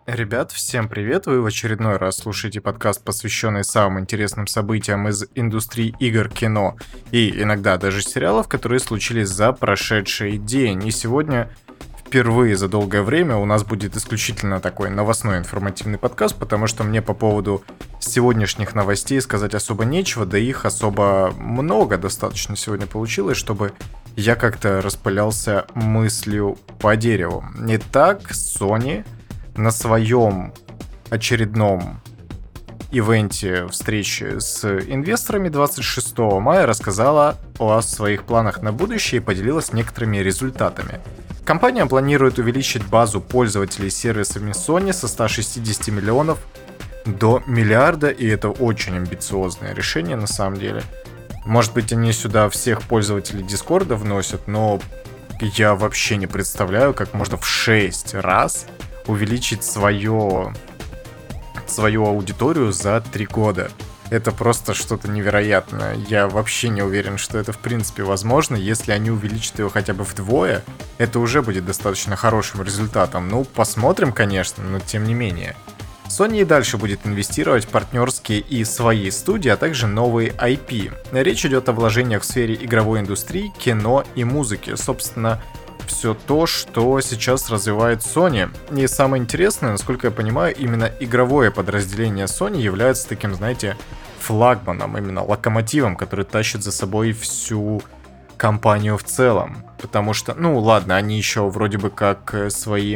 Ребят, всем привет! Вы в очередной раз слушаете подкаст, посвященный самым интересным событиям из индустрии игр, кино и иногда даже сериалов, которые случились за прошедший день. И сегодня впервые за долгое время у нас будет исключительно такой новостной информативный подкаст, потому что мне по поводу сегодняшних новостей сказать особо нечего, да их особо много достаточно сегодня получилось, чтобы я как-то распылялся мыслью по дереву. Итак, Sony на своем очередном ивенте встречи с инвесторами 26 мая рассказала о своих планах на будущее и поделилась некоторыми результатами. Компания планирует увеличить базу пользователей сервисами Sony со 160 миллионов до миллиарда, и это очень амбициозное решение на самом деле. Может быть, они сюда всех пользователей Дискорда вносят, но я вообще не представляю, как можно в 6 раз увеличить свою аудиторию за 3 года. Это просто что-то невероятное. Я вообще не уверен, что это в принципе возможно. Если они увеличат его хотя бы вдвое, это уже будет достаточно хорошим результатом. Ну, посмотрим, конечно, но тем не менее. Sony и дальше будет инвестировать в партнерские и свои студии, а также новые IP. Речь идет о вложениях в сфере игровой индустрии, кино и музыки. Собственно, все то, что сейчас развивает Sony. И самое интересное, насколько я понимаю, именно игровое подразделение Sony является таким, знаете, флагманом, именно локомотивом, который тащит за собой всю компанию в целом. Потому что, ну ладно, они еще вроде бы как свои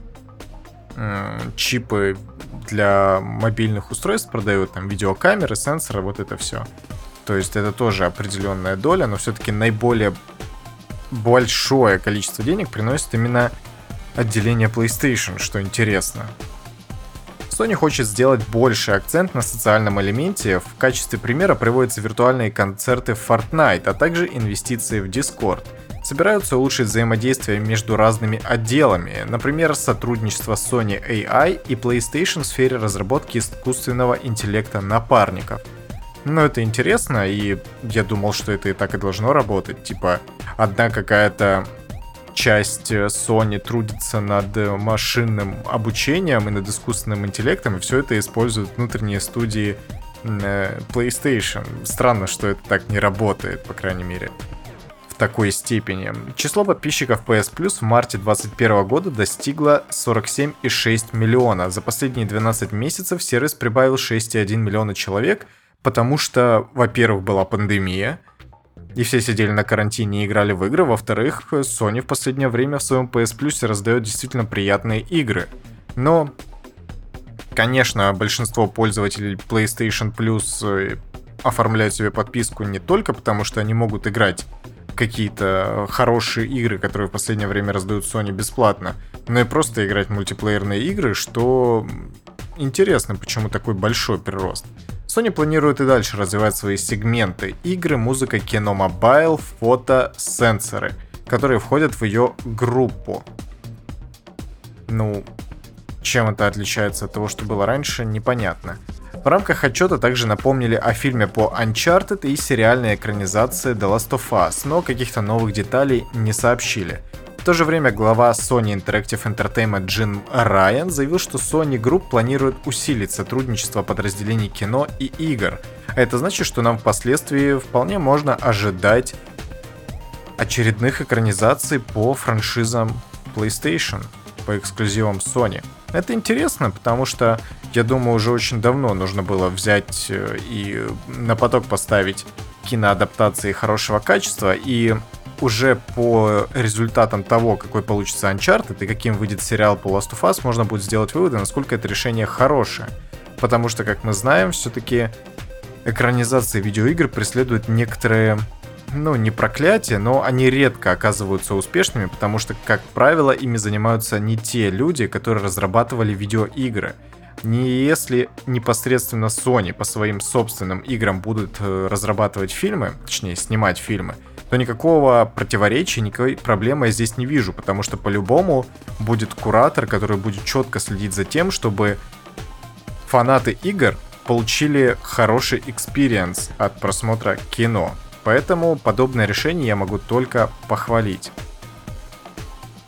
чипы для мобильных устройств продают, там видеокамеры, сенсоры, вот это все. То есть это тоже определенная доля, но все-таки наиболее большое количество денег приносит именно отделение PlayStation, что интересно. Sony хочет сделать больший акцент на социальном элементе. В качестве примера приводятся виртуальные концерты в Fortnite, а также инвестиции в Discord. Собираются улучшить взаимодействие между разными отделами, например, сотрудничество Sony AI и PlayStation в сфере разработки искусственного интеллекта напарников. Но это интересно, и я думал, что это и так и должно работать. Типа, одна какая-то часть Sony трудится над машинным обучением и над искусственным интеллектом, и все это используют внутренние студии PlayStation. Странно, что это так не работает, по крайней мере, в такой степени. Число подписчиков PS Plus в марте 2021 года достигло 47,6 миллиона. За последние 12 месяцев сервис прибавил 6,1 миллиона человек, потому что, во-первых, была пандемия, и все сидели на карантине и играли в игры. Во-вторых, Sony в последнее время в своем PS Plus раздает действительно приятные игры. Но, конечно, большинство пользователей PlayStation Plus оформляют себе подписку не только потому, что они могут играть в какие-то хорошие игры, которые в последнее время раздают Sony бесплатно, но и просто играть в мультиплеерные игры, что интересно, почему такой большой прирост. Sony планирует и дальше развивать свои сегменты: игры, музыка, кино, мобайл, фото, сенсоры, которые входят в ее группу. Ну, чем это отличается от того, что было раньше, непонятно. В рамках отчета также напомнили о фильме по Uncharted и сериальной экранизации The Last of Us, но каких-то новых деталей не сообщили. В то же время глава Sony Interactive Entertainment Джим Райан заявил, что Sony Group планирует усилить сотрудничество подразделений кино и игр. А это значит, что нам впоследствии вполне можно ожидать очередных экранизаций по франшизам PlayStation, по эксклюзивам Sony. Это интересно, потому что, я думаю, уже очень давно нужно было взять и на поток поставить киноадаптации хорошего качества, и уже по результатам того, какой получится Uncharted и каким выйдет сериал по Last of Us, можно будет сделать выводы, насколько это решение хорошее. Потому что, как мы знаем, все-таки экранизации видеоигр преследуют некоторые, ну, не проклятия, но они редко оказываются успешными, потому что, как правило, ими занимаются не те люди, которые разрабатывали видеоигры. Не если непосредственно Sony по своим собственным играм будут разрабатывать фильмы, точнее, снимать фильмы, то никакого противоречия, никакой проблемы я здесь не вижу, потому что по-любому будет куратор, который будет четко следить за тем, чтобы фанаты игр получили хороший экспириенс от просмотра кино. Поэтому подобное решение я могу только похвалить.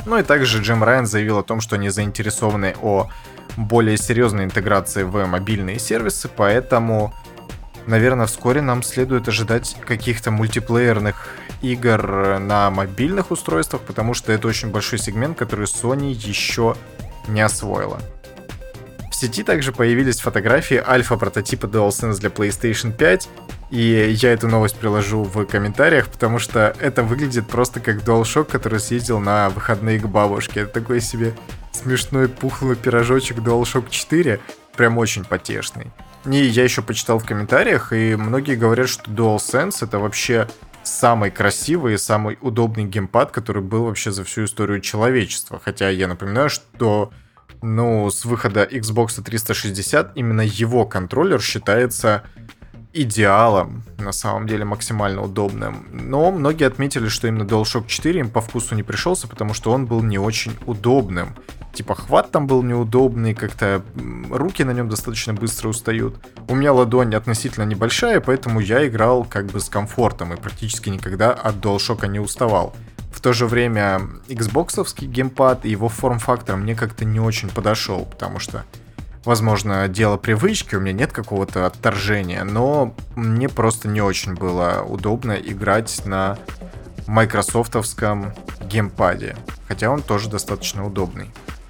Ну и также Джим Райан заявил о том, что они заинтересованы о более серьезной интеграции в мобильные сервисы, поэтому, наверное, вскоре нам следует ожидать каких-то мультиплеерных игр на мобильных устройствах, потому что это очень большой сегмент, который Sony еще не освоила. В сети также появились фотографии альфа-прототипа DualSense для PlayStation 5, и я эту новость приложу в комментариях, потому что это выглядит просто как DualShock, который съездил на выходные к бабушке. Это такой себе смешной пухлый пирожочек DualShock 4, прям очень потешный. И я еще почитал в комментариях, и многие говорят, что DualSense это вообще самый красивый и самый удобный геймпад, который был вообще за всю историю человечества. Хотя я напоминаю, что с выхода Xbox 360 именно его контроллер считается идеалом, на самом деле максимально удобным. Но многие отметили, что именно DualShock 4 им по вкусу не пришелся, потому что он был не очень удобным. Типа хват там был неудобный, как-то руки на нем достаточно быстро устают. У меня ладонь относительно небольшая, поэтому я играл как бы с комфортом и практически никогда от DualShock не уставал. В то же время Xbox-овский геймпад и его форм-фактор мне как-то не очень подошел, потому что, возможно, дело привычки, у меня нет какого-то отторжения, но мне просто не очень было удобно играть на майкрософтовском геймпаде, хотя он тоже достаточно удобный.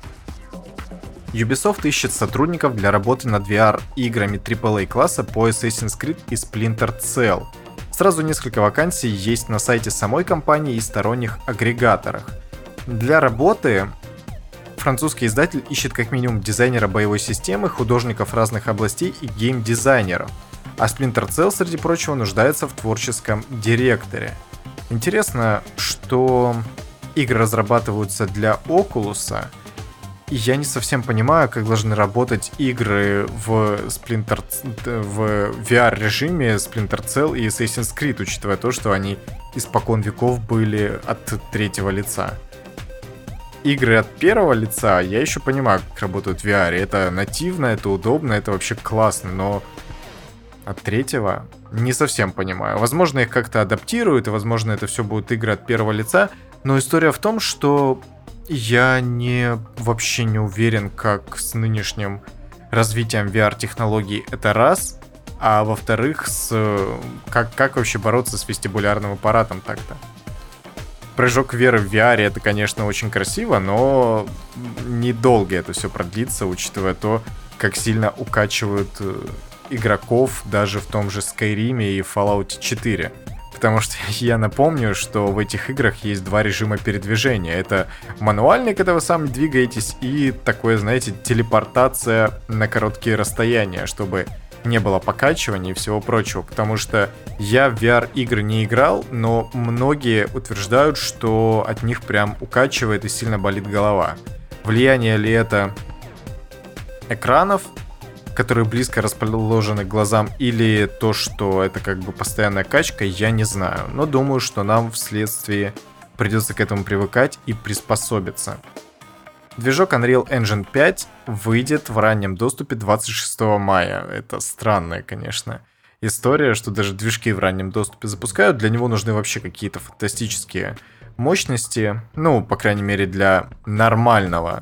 Ubisoft ищет сотрудников для работы над VR-играми AAA-класса по Assassin's Creed и Splinter Cell. Сразу несколько вакансий есть на сайте самой компании и сторонних агрегаторах. Для работы французский издатель ищет как минимум дизайнера боевой системы, художников разных областей и геймдизайнеров, а Splinter Cell, среди прочего, нуждается в творческом директоре. Интересно, что игры разрабатываются для Oculus, и я не совсем понимаю, как должны работать игры в VR-режиме Splinter Cell и Assassin's Creed, учитывая то, что они испокон веков были от третьего лица. Игры от первого лица я еще понимаю, как работают в VR. Это нативно, это удобно, это вообще классно, но от третьего не совсем понимаю. Возможно, их как-то адаптируют, и, возможно, это все будут игры от первого лица, но история в том, что я вообще не уверен, как с нынешним развитием VR-технологий это раз, а во-вторых, как вообще бороться с вестибулярным аппаратом так-то. Прыжок веры в VR это, конечно, очень красиво, но недолго это все продлится, учитывая то, как сильно укачивают игроков даже в том же Skyrim и Fallout 4. Потому что я напомню, что в этих играх есть два режима передвижения. Это мануальный, когда вы сами двигаетесь, и такое, знаете, телепортация на короткие расстояния, чтобы не было покачивания и всего прочего. Потому что я в VR-игры не играл, но многие утверждают, что от них прям укачивает и сильно болит голова. Влияние ли это экранов, которые близко расположены к глазам, или то, что это как бы постоянная качка, я не знаю. Но думаю, что нам вследствие придется к этому привыкать и приспособиться. Движок Unreal Engine 5 выйдет в раннем доступе 26 мая. Это странная, конечно, история, что даже движки в раннем доступе запускают. Для него нужны вообще какие-то фантастические мощности. Ну, по крайней мере, для нормального,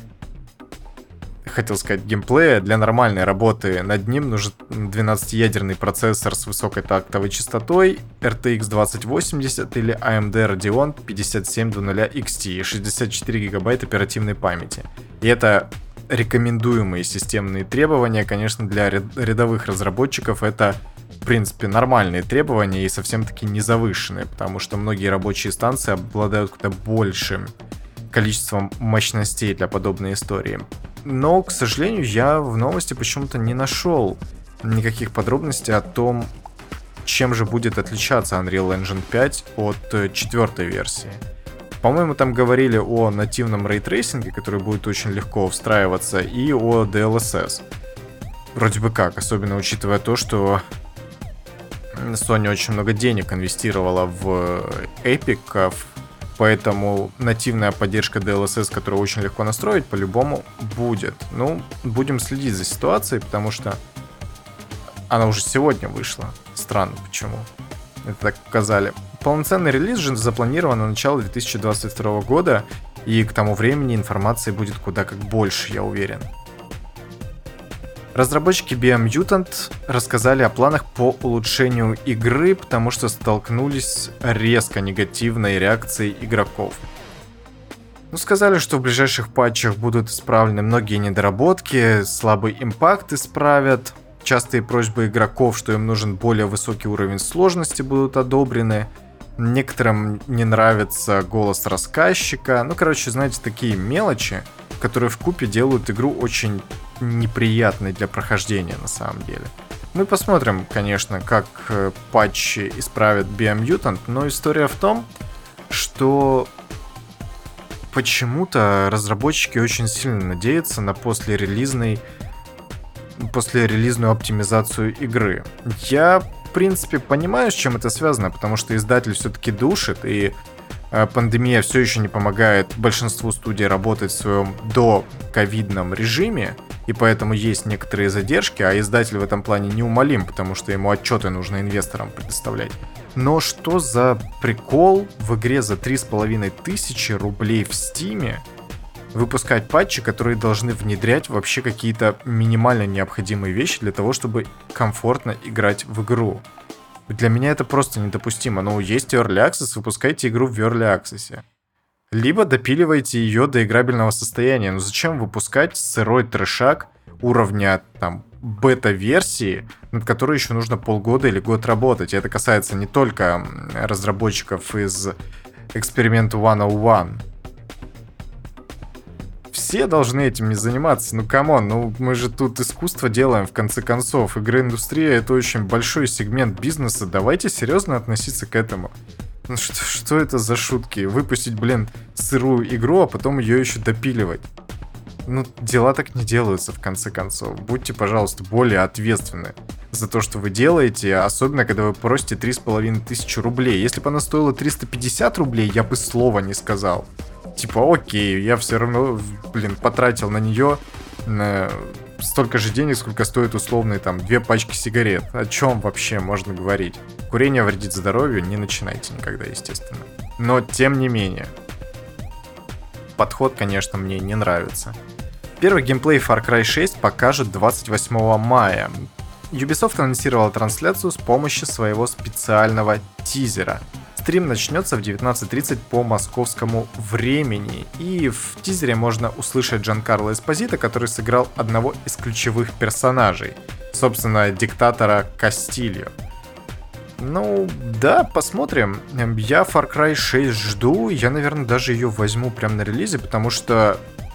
хотел сказать, геймплея. Для нормальной работы над ним нужен 12-ядерный процессор с высокой тактовой частотой, RTX 2080 или AMD Radeon 5700 XT и 64 гигабайта оперативной памяти. И это рекомендуемые системные требования. Конечно, для рядовых разработчиков это, в принципе, нормальные требования и совсем-таки не завышенные, потому что многие рабочие станции обладают куда большим количеством мощностей для подобной истории. Но, к сожалению, я в новости почему-то не нашел никаких подробностей о том, чем же будет отличаться Unreal Engine 5 от четвертой версии. По-моему, там говорили о нативном рейтрейсинге, который будет очень легко встраиваться, и о DLSS. Вроде бы как, особенно учитывая то, что Sony очень много денег инвестировала в Epic, поэтому нативная поддержка DLSS, которую очень легко настроить, по-любому будет. Ну, будем следить за ситуацией, потому что она уже сегодня вышла. Странно, почему это так показали. Полноценный релиз же запланирован на начало 2022 года, И к тому времени информации будет куда как больше, я уверен. Разработчики Biomutant рассказали о планах по улучшению игры, потому что столкнулись с резко негативной реакцией игроков. Сказали, что в ближайших патчах будут исправлены многие недоработки, слабый импакт исправят, частые просьбы игроков, что им нужен более высокий уровень сложности, будут одобрены. Некоторым не нравится голос рассказчика. Знаете, такие мелочи, которые вкупе делают игру очень неприятной для прохождения на самом деле. Мы посмотрим, конечно, как патчи исправят Biomutant, но история в том, что почему-то разработчики очень сильно надеются на послерелизную оптимизацию игры. Я, в принципе, понимаю, с чем это связано, потому что издатель все-таки душит, и пандемия все еще не помогает большинству студий работать в своем доковидном режиме, и поэтому есть некоторые задержки, а издатель в этом плане неумолим, потому что ему отчеты нужно инвесторам предоставлять. Но что за прикол в игре за 3500 рублей в Стиме выпускать патчи, которые должны внедрять вообще какие-то минимально необходимые вещи для того, чтобы комфортно играть в игру? Для меня это просто недопустимо. Есть Early Access, выпускайте игру в Early Access. Либо допиливайте ее до играбельного состояния. Зачем выпускать сырой трешак уровня бета-версии, над которой еще нужно полгода или год работать? И это касается не только разработчиков из Experiment 101. Все должны этим не заниматься. Камон, мы же тут искусство делаем, в конце концов. Игроиндустрия — это очень большой сегмент бизнеса. Давайте серьезно относиться к этому. Что это за шутки? Выпустить, сырую игру, а потом ее еще допиливать. Дела так не делаются, в конце концов. Будьте, пожалуйста, более ответственны за то, что вы делаете, особенно когда вы просите 3500 рублей. Если бы она стоила 350 рублей, я бы слова не сказал. Окей, я все равно, потратил на нее столько же денег, сколько стоит условные 2 пачки сигарет. О чем вообще можно говорить? Курение вредит здоровью, не начинайте никогда, естественно. Но, тем не менее, подход, конечно, мне не нравится. Первый геймплей Far Cry 6 покажут 28 мая. Ubisoft анонсировала трансляцию с помощью своего специального тизера. Стрим начнется в 19:30 по московскому времени. И в тизере можно услышать Джанкарло Эспозито, который сыграл одного из ключевых персонажей. Собственно, диктатора Кастильо. Да, посмотрим. Я Far Cry 6 жду. Я, наверное, даже ее возьму прямо на релизе, потому что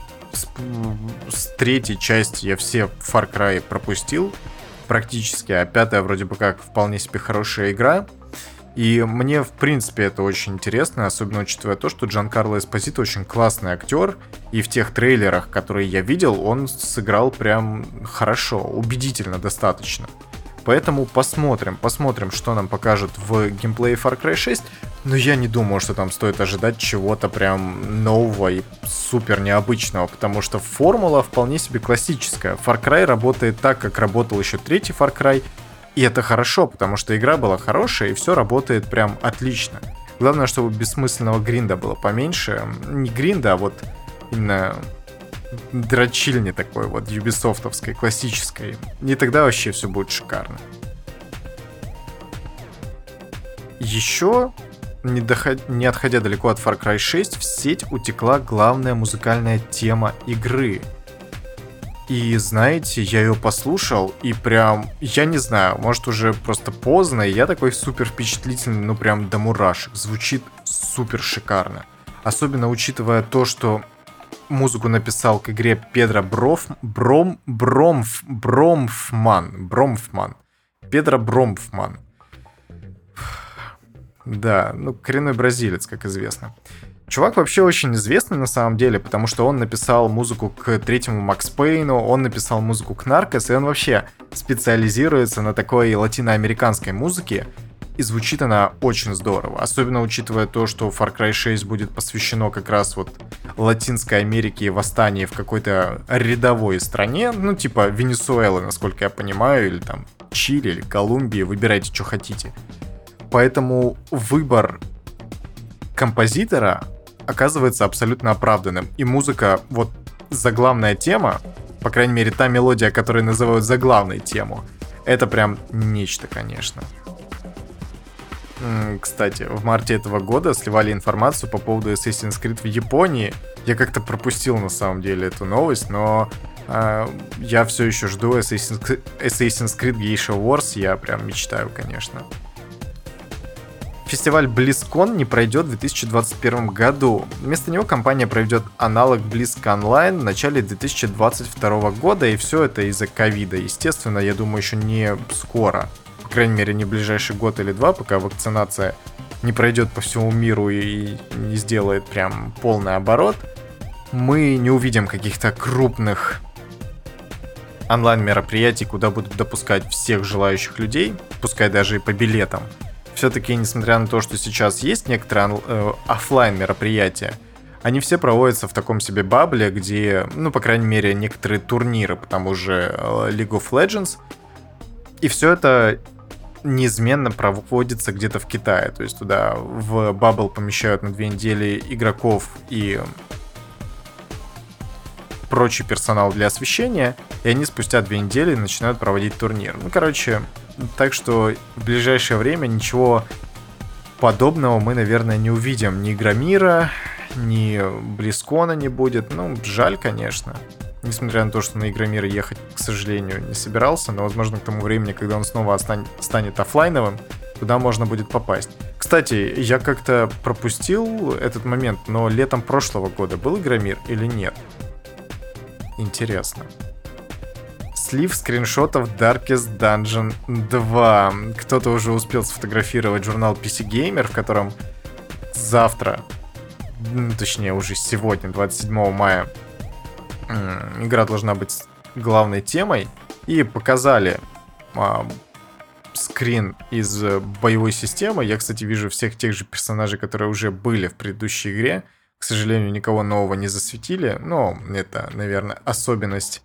с третьей части я все Far Cry пропустил практически, а пятая вроде бы как вполне себе хорошая игра. И мне, в принципе, это очень интересно, особенно учитывая то, что Джанкарло Эспозито очень классный актер, и в тех трейлерах, которые я видел, он сыграл прям хорошо, убедительно достаточно. Поэтому посмотрим, что нам покажут в геймплее Far Cry 6. Но я не думаю, что там стоит ожидать чего-то прям нового и супер необычного, потому что формула вполне себе классическая. Far Cry работает так, как работал еще третий Far Cry, и это хорошо, потому что игра была хорошая, и все работает прям отлично. Главное, чтобы бессмысленного гринда было поменьше. Не гринда, а именно дрочильни такой юбисофтовской, классической. И тогда вообще все будет шикарно. Еще, не отходя далеко от Far Cry 6, в сеть утекла главная музыкальная тема игры. И знаете, я ее послушал, и прям, я не знаю, может уже просто поздно, и я такой супер впечатлительный, прям до мурашек. Звучит супер шикарно. Особенно учитывая то, что музыку написал к игре Педро Бромфман. Педро Бромфман. Да, коренной бразилец, как известно. Чувак вообще очень известный на самом деле, потому что он написал музыку к третьему Макс Пейну, он написал музыку к Наркос, и он вообще специализируется на такой латиноамериканской музыке, и звучит она очень здорово, особенно учитывая то, что Far Cry 6 будет посвящено как раз Латинской Америке и восстанию в какой-то рядовой стране, типа Венесуэлы, насколько я понимаю, или там Чили, или Колумбии, выбирайте, что хотите. Поэтому выбор композитора оказывается абсолютно оправданным. И музыка, вот заглавная тема, по крайней мере, та мелодия, которую называют заглавной тему, это прям нечто, конечно. Кстати, в марте этого года сливали информацию по поводу Assassin's Creed в Японии. Я как-то пропустил на самом деле эту новость, но я все еще жду Assassin's Creed Geisha Wars, я прям мечтаю, конечно. Фестиваль BlizzCon не пройдет в 2021 году. Вместо него компания проведет аналог BlizzCon Online в начале 2022 года, и все это из-за ковида. Естественно, я думаю, еще не скоро. По крайней мере, не в ближайший год или два, пока вакцинация не пройдет по всему миру и не сделает прям полный оборот. Мы не увидим каких-то крупных онлайн-мероприятий, куда будут допускать всех желающих людей, пускай даже и по билетам. Все-таки, несмотря на то, что сейчас есть некоторые офлайн мероприятия, они все проводятся в таком себе бабле, где, ну, по крайней мере, некоторые турниры по тому же League of Legends, и все это неизменно проводится где-то в Китае. То есть туда в бабл помещают на 2 недели игроков и прочий персонал для освещения, и они спустя 2 недели начинают проводить турнир. Ну, короче, так что в ближайшее время ничего подобного мы, наверное, не увидим. Ни Игромира, ни BlizzCon не будет. Ну, жаль, конечно. Несмотря на то, что на Игромир ехать, к сожалению, не собирался, но, возможно, к тому времени, когда он снова станет офлайновым, туда можно будет попасть. Кстати, я как-то пропустил этот момент, но летом прошлого года был Игромир или нет? Интересно. Слив скриншотов Darkest Dungeon 2. Кто-то уже успел сфотографировать журнал PC Gamer, в котором завтра, точнее уже сегодня, 27 мая, игра должна быть главной темой. И показали скрин из боевой системы. Я, кстати, вижу всех тех же персонажей, которые уже были в предыдущей игре. К сожалению, никого нового не засветили. Но это, наверное, особенность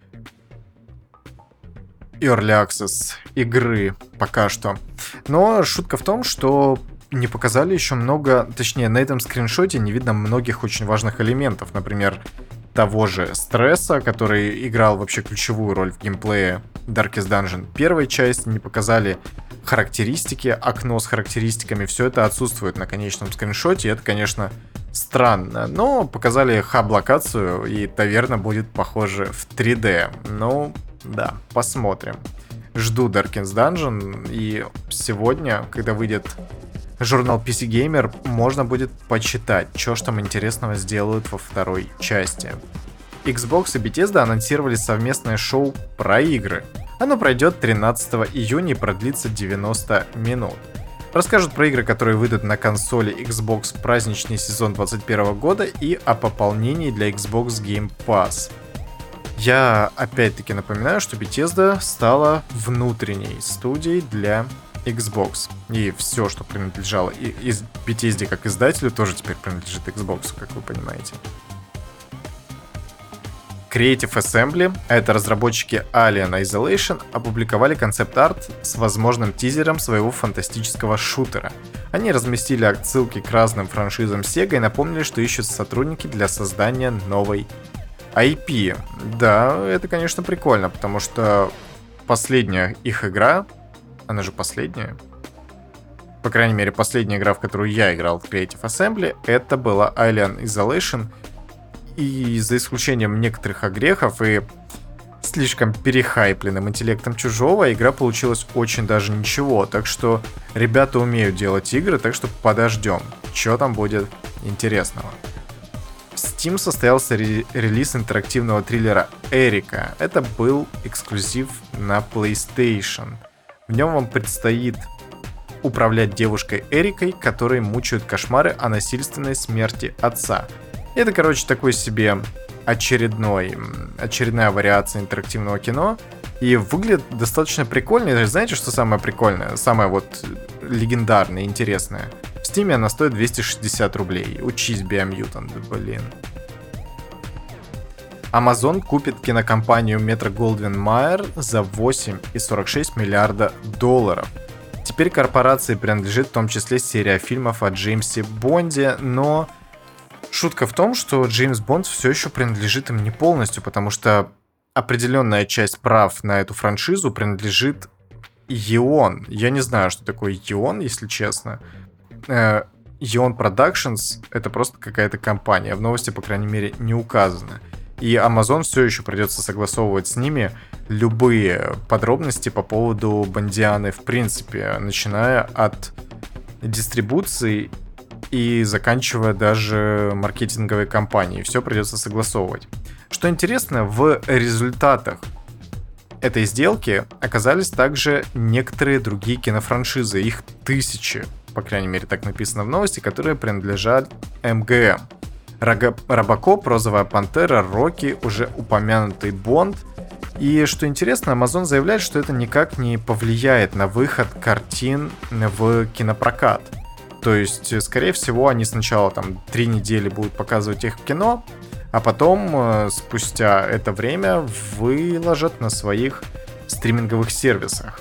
Early Access игры пока что. Но шутка в том, что не показали еще много... Точнее, на этом скриншоте не видно многих очень важных элементов. Например, того же стресса, который играл вообще ключевую роль в геймплее Darkest Dungeon первой части. Не показали характеристики, окно с характеристиками. Все это отсутствует на конечном скриншоте. Это, конечно, странно. Но показали хаб-локацию, и таверна будет похожа в 3D. Ну, да, посмотрим. Жду Darkest Dungeon, и сегодня, когда выйдет журнал PC Gamer, можно будет почитать, что ж там интересного сделают во второй части. Xbox и Bethesda анонсировали совместное шоу про игры. Оно пройдет 13 июня и продлится 90 минут. Расскажут про игры, которые выйдут на консоли Xbox в праздничный сезон 2021 года и о пополнении для Xbox Game Pass. Я опять-таки напоминаю, что Bethesda стала внутренней студией для Xbox. И все, что принадлежало из Bethesda как издателю, тоже теперь принадлежит Xbox, как вы понимаете. Creative Assembly, а это разработчики Alien Isolation, опубликовали концепт-арт с возможным тизером своего фантастического шутера. Они разместили отсылки к разным франшизам Sega и напомнили, что ищут сотрудники для создания новой IP. Да, это, конечно, прикольно, потому что последняя их игра, она же последняя, по крайней мере, последняя игра, в которую я играл в Creative Assembly, это была Alien Isolation. И за исключением некоторых огрехов и слишком перехайпленным интеллектом чужого, игра получилась очень даже ничего. Так что ребята умеют делать игры, так что подождем, что там будет интересного. В Steam состоялся релиз интерактивного триллера Эрика. Это был эксклюзив на PlayStation. В нем вам предстоит управлять девушкой Эрикой, которой мучают кошмары о насильственной смерти отца. Это, короче, такой себе очередная вариация интерактивного кино. И выглядит достаточно прикольно. И знаете, что самое прикольное? Самое вот легендарное, интересное. В Steam она стоит 260 рублей. Учись, Biomutant, блин. Amazon купит кинокомпанию Metro-Goldwyn-Mayer за 8,46 миллиарда долларов. Теперь корпорации принадлежит в том числе серия фильмов о Джеймсе Бонде, но Шутка в том, что Джеймс Бонд все еще принадлежит им не полностью, потому что определенная часть прав на эту франшизу принадлежит Eon. Я не знаю, что такое Eon, если честно. Eon Productions — это просто какая-то компания. В новости, по крайней мере, не указано. И Amazon все еще придется согласовывать с ними любые подробности по поводу Бондианы, в принципе, начиная от дистрибуции и заканчивая даже маркетинговой кампанией. Все придется согласовывать. Что интересно, в результатах этой сделки оказались также некоторые другие кинофраншизы. Их тысячи, по крайней мере, так написано в новости, которые принадлежат МГМ. Робокоп, Розовая Пантера, Рокки, уже упомянутый Бонд. И что интересно, Amazon заявляет, что это никак не повлияет на выход картин в кинопрокат. То есть, скорее всего, они сначала 3 недели будут показывать их в кино, а потом, спустя это время, выложат на своих стриминговых сервисах.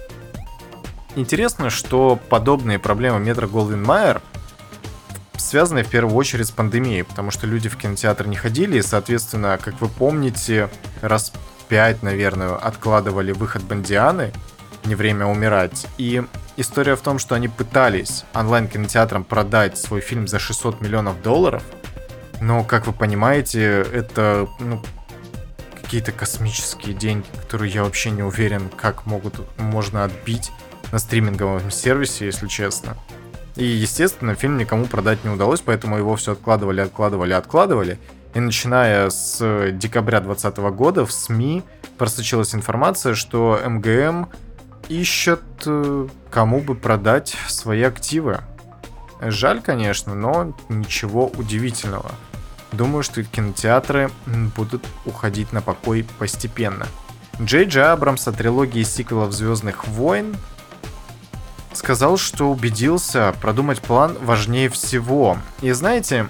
Интересно, что подобные проблемы Метро-Голдвин-Майер связаны в первую очередь с пандемией, потому что люди в кинотеатр не ходили, и, соответственно, как вы помните, раз 5, наверное, откладывали выход Бондианы, «Не время умирать». И история в том, что они пытались онлайн-кинотеатрам продать свой фильм за $600 миллионов, но, как вы понимаете, это какие-то космические деньги, которые я вообще не уверен, как можно отбить на стриминговом сервисе, если честно. И, естественно, фильм никому продать не удалось, поэтому его все откладывали. И начиная с декабря 2020 года в СМИ просочилась информация, что МГМ ищет, кому бы продать свои активы. Жаль, конечно, но ничего удивительного. Думаю, что кинотеатры будут уходить на покой постепенно. Джей Джей Абрамс о трилогии сиквелов «Звездных войн» сказал, что убедился, продумать план важнее всего. И знаете,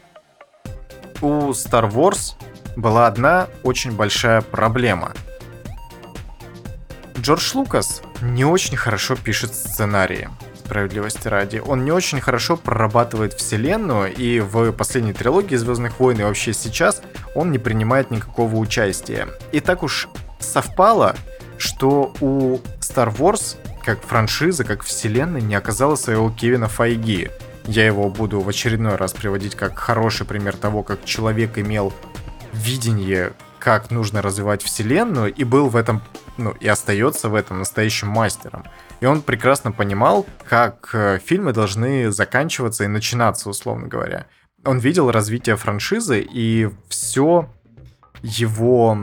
у Star Wars была одна очень большая проблема. Джордж Лукас не очень хорошо пишет сценарии, справедливости ради. Он не очень хорошо прорабатывает вселенную, и в последней трилогии «Звездных войн» и вообще сейчас он не принимает никакого участия. И так уж совпало, что у Star Wars, как франшиза, как вселенной, не оказалось своего Кевина Файги. Я его буду в очередной раз приводить как хороший пример того, как человек имел видение, как нужно развивать вселенную, и был в этом, и остается в этом настоящим мастером. И он прекрасно понимал, как фильмы должны заканчиваться и начинаться, условно говоря. Он видел развитие франшизы, и все его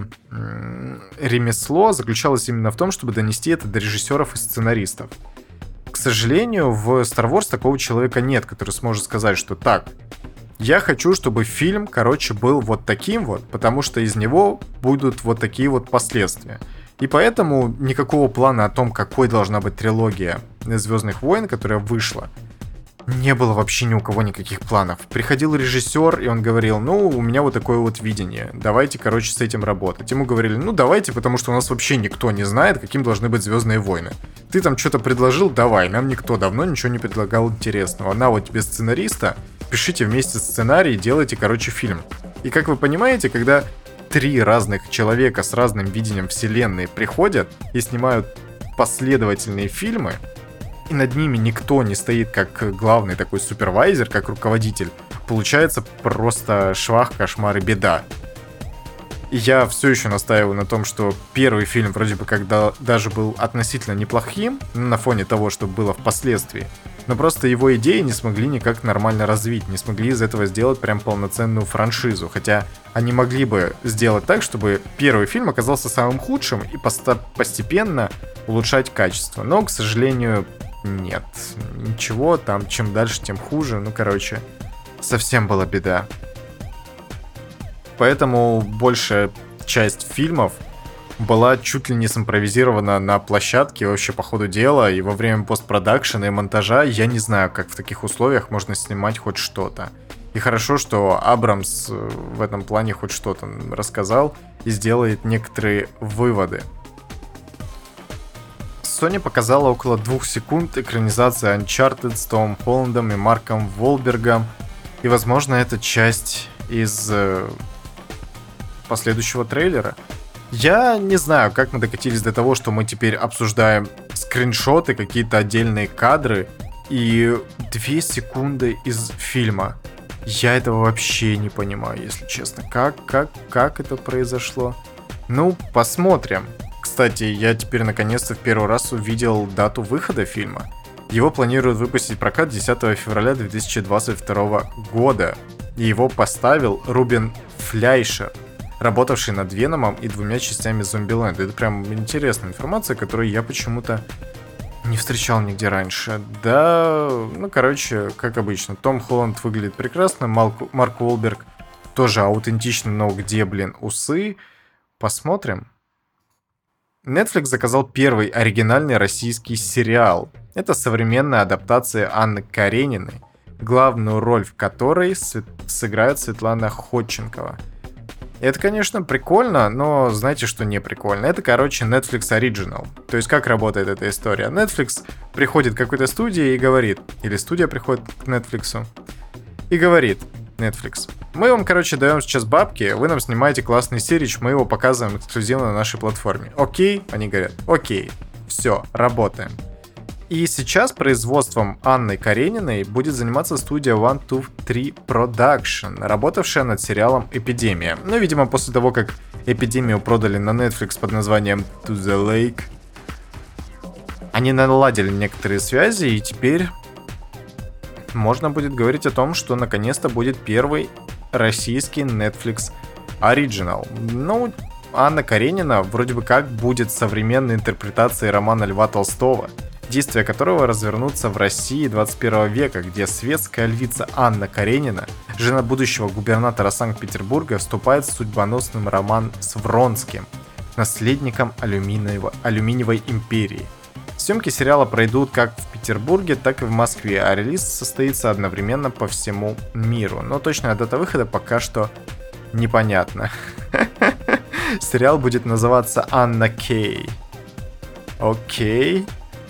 ремесло заключалось именно в том, чтобы донести это до режиссеров и сценаристов. К сожалению, в Star Wars такого человека нет, который сможет сказать, что так, я хочу, чтобы фильм, был вот таким вот, потому что из него будут вот такие вот последствия. И поэтому никакого плана о том, какой должна быть трилогия «Звездных войн», которая вышла, не было вообще ни у кого никаких планов. Приходил режиссер, и он говорил, у меня вот такое вот видение, давайте, с этим работать. Ему говорили, давайте, потому что у нас вообще никто не знает, каким должны быть «Звездные войны». Ты там что-то предложил, давай, нам никто давно ничего не предлагал интересного. На вот тебе сценариста, пишите вместе сценарий, делайте, фильм. И как вы понимаете, когда 3 разных человека с разным видением вселенной приходят и снимают последовательные фильмы, и над ними никто не стоит как главный такой супервайзер, как руководитель, получается просто швах, кошмар и беда. И я все еще настаиваю на том, что первый фильм вроде бы даже был относительно неплохим, на фоне того, что было впоследствии, но просто его идеи не смогли никак нормально развить, не смогли из этого сделать прям полноценную франшизу, хотя они могли бы сделать так, чтобы первый фильм оказался самым худшим и постепенно улучшать качество, но, к сожалению, нет, ничего, там чем дальше, тем хуже, совсем была беда. Поэтому большая часть фильмов была чуть ли не симпровизирована на площадке вообще по ходу дела, и во время постпродакшена и монтажа я не знаю, как в таких условиях можно снимать хоть что-то. И хорошо, что Абрамс в этом плане хоть что-то рассказал и сделает некоторые выводы. Sony показала около 2 секунд экранизации Uncharted с Томом Холландом и Марком Уолбергом. И, возможно, это часть из последующего трейлера. Я не знаю, как мы докатились до того, что мы теперь обсуждаем скриншоты, какие-то отдельные кадры и 2 секунды из фильма. Я этого вообще не понимаю, если честно. Как это произошло? Ну, посмотрим. Кстати, я теперь наконец-то в первый раз увидел дату выхода фильма. Его планируют выпустить в прокат 10 февраля 2022 года. И его поставил Рубен Фляйшер, работавший над Веномом и 2 частями Зомбиленда. Это прям интересная информация, которую я почему-то не встречал нигде раньше. Да, ну, короче, как обычно. Том Холланд выглядит прекрасно, Марк Уолберг тоже аутентичный, но где, усы? Посмотрим. Netflix заказал первый оригинальный российский сериал. Это современная адаптация Анны Карениной, главную роль в которой сыграет Светлана Ходченкова. Это, конечно, прикольно, но знаете, что не прикольно? Это, Netflix Original. То есть, как работает эта история? Netflix приходит к какой-то студии и говорит, или студия приходит к Netflix и говорит: Netflix, мы вам, даем сейчас бабки, вы нам снимаете классный серич, мы его показываем эксклюзивно на нашей платформе. Окей? Они говорят: окей, все, работаем. И сейчас производством Анны Карениной будет заниматься студия 123 Production, работавшая над сериалом «Эпидемия». Ну, видимо, после того, как «Эпидемию» продали на Netflix под названием To the Lake, они наладили некоторые связи, и теперь можно будет говорить о том, что наконец-то будет первый российский Netflix Original. Ну, Анна Каренина вроде бы как будет современной интерпретацией романа Льва Толстого, действия которого развернутся в России 21 века, где светская львица Анна Каренина, жена будущего губернатора Санкт-Петербурга, вступает в судьбоносный роман с Вронским, наследником алюминиевой империи. Съемки сериала пройдут как в Петербурге, так и в Москве, а релиз состоится одновременно по всему миру. Но точная дата выхода пока что непонятна. Сериал будет называться «Анна Кей». Окей.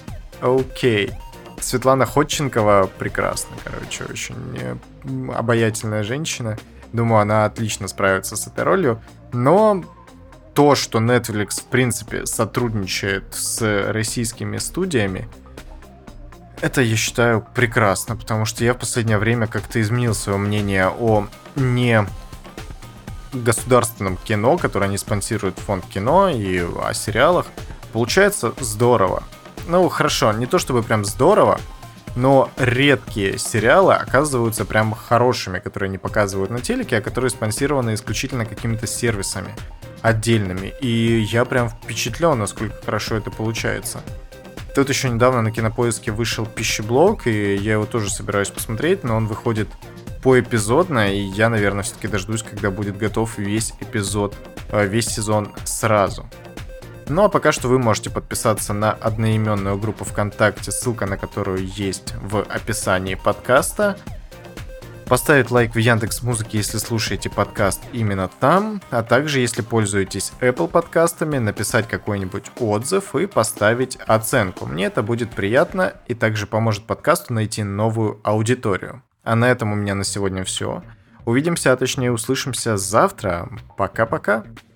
Светлана Ходченкова прекрасна, очень обаятельная женщина. Думаю, она отлично справится с этой ролью. Но то, что Netflix, в принципе, сотрудничает с российскими студиями, это, я считаю, прекрасно, потому что я в последнее время как-то изменил свое мнение о не государственном кино, которое не спонсирует фонд кино, и о сериалах. Получается здорово. Ну, хорошо, не то чтобы прям здорово, но редкие сериалы оказываются прям хорошими, которые не показывают на телеке, а которые спонсированы исключительно какими-то сервисами отдельными. И я прям впечатлен, насколько хорошо это получается. Тут еще недавно на Кинопоиске вышел «Пищеблок», и я его тоже собираюсь посмотреть, но он выходит поэпизодно, и я, наверное, все-таки дождусь, когда будет готов весь сезон сразу. Ну а пока что вы можете подписаться на одноименную группу ВКонтакте, ссылка на которую есть в описании подкаста. Поставить лайк в Яндекс.Музыке, если слушаете подкаст именно там, а также, если пользуетесь Apple подкастами, написать какой-нибудь отзыв и поставить оценку. Мне это будет приятно и также поможет подкасту найти новую аудиторию. А на этом у меня на сегодня все. Увидимся, а точнее услышимся завтра. Пока-пока.